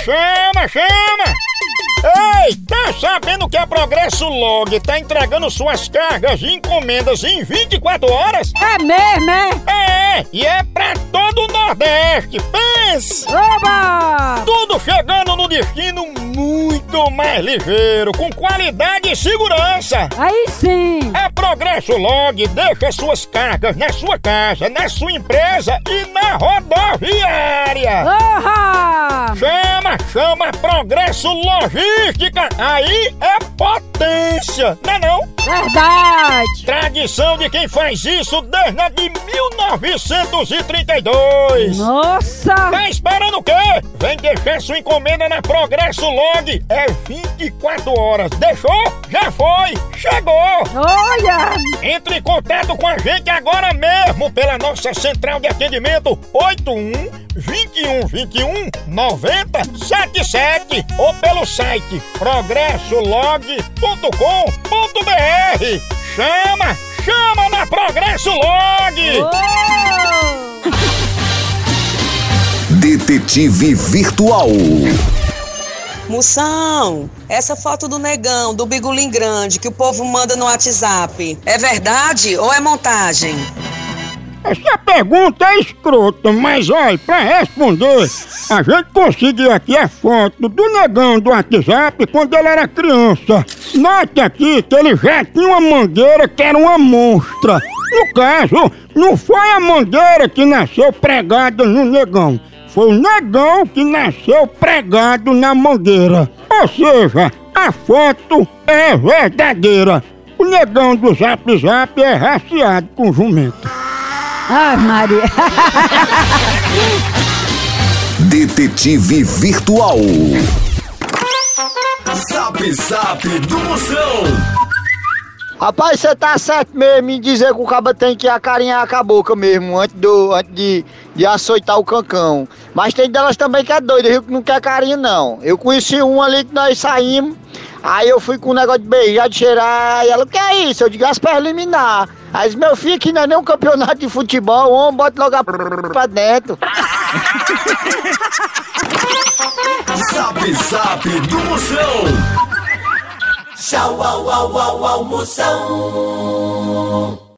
Chama! Ei, tá sabendo que a Progresso Log tá entregando suas cargas e encomendas em 24 horas? É mesmo, é? É, e é pra todo o Nordeste, pense! Oba! Tudo chegando no destino muito mais ligeiro, com qualidade e segurança. Aí sim! A Progresso Log deixa suas cargas na sua casa, na sua empresa e na rodoviária. Oha! Chama Progresso Logística, aí é potência, não é não? Verdade! Tradição de quem faz isso desde a de 1932. Nossa! Tá esperando o quê? Vem deixar sua encomenda na Progresso Log, é 24 horas, deixou? Já foi, chegou! Olha! Entre em contato com a gente agora mesmo pela nossa central de atendimento 81-21-21-9077 ou pelo site progressolog.com.br. Chama na Progresso Log! Oh! Detetive Virtual. Moção, essa foto do negão, do bigolim grande que o povo manda no WhatsApp, é verdade ou é montagem? Essa pergunta é escrota, mas olha, pra responder, a gente conseguiu aqui a foto do negão do WhatsApp quando ele era criança. Note aqui que ele já tinha uma mangueira que era uma monstra. No caso, não foi a mangueira que nasceu pregada no negão. Foi o negão que nasceu pregado na mangueira. Ou seja, a foto é verdadeira. O negão do Zap Zap é raciado com jumento. Ai, Maria! Detetive Virtual. Zap Zap do Moção. Rapaz, você tá certo mesmo em dizer que o cabo tem que acarinhar com a boca mesmo, antes de açoitar o cancão. Mas tem delas também que é doida, viu, que não quer carinho não. Eu conheci um ali que nós saímos, aí eu fui com um negócio de beijar, de cheirar, e ela, o que é isso? Eu digo, as preliminar. Aí disse, meu filho, que não é nem um campeonato de futebol, o homem bota logo a pra dentro. Zap Zap do Moção. Tchau, au, au, au, au, Moção.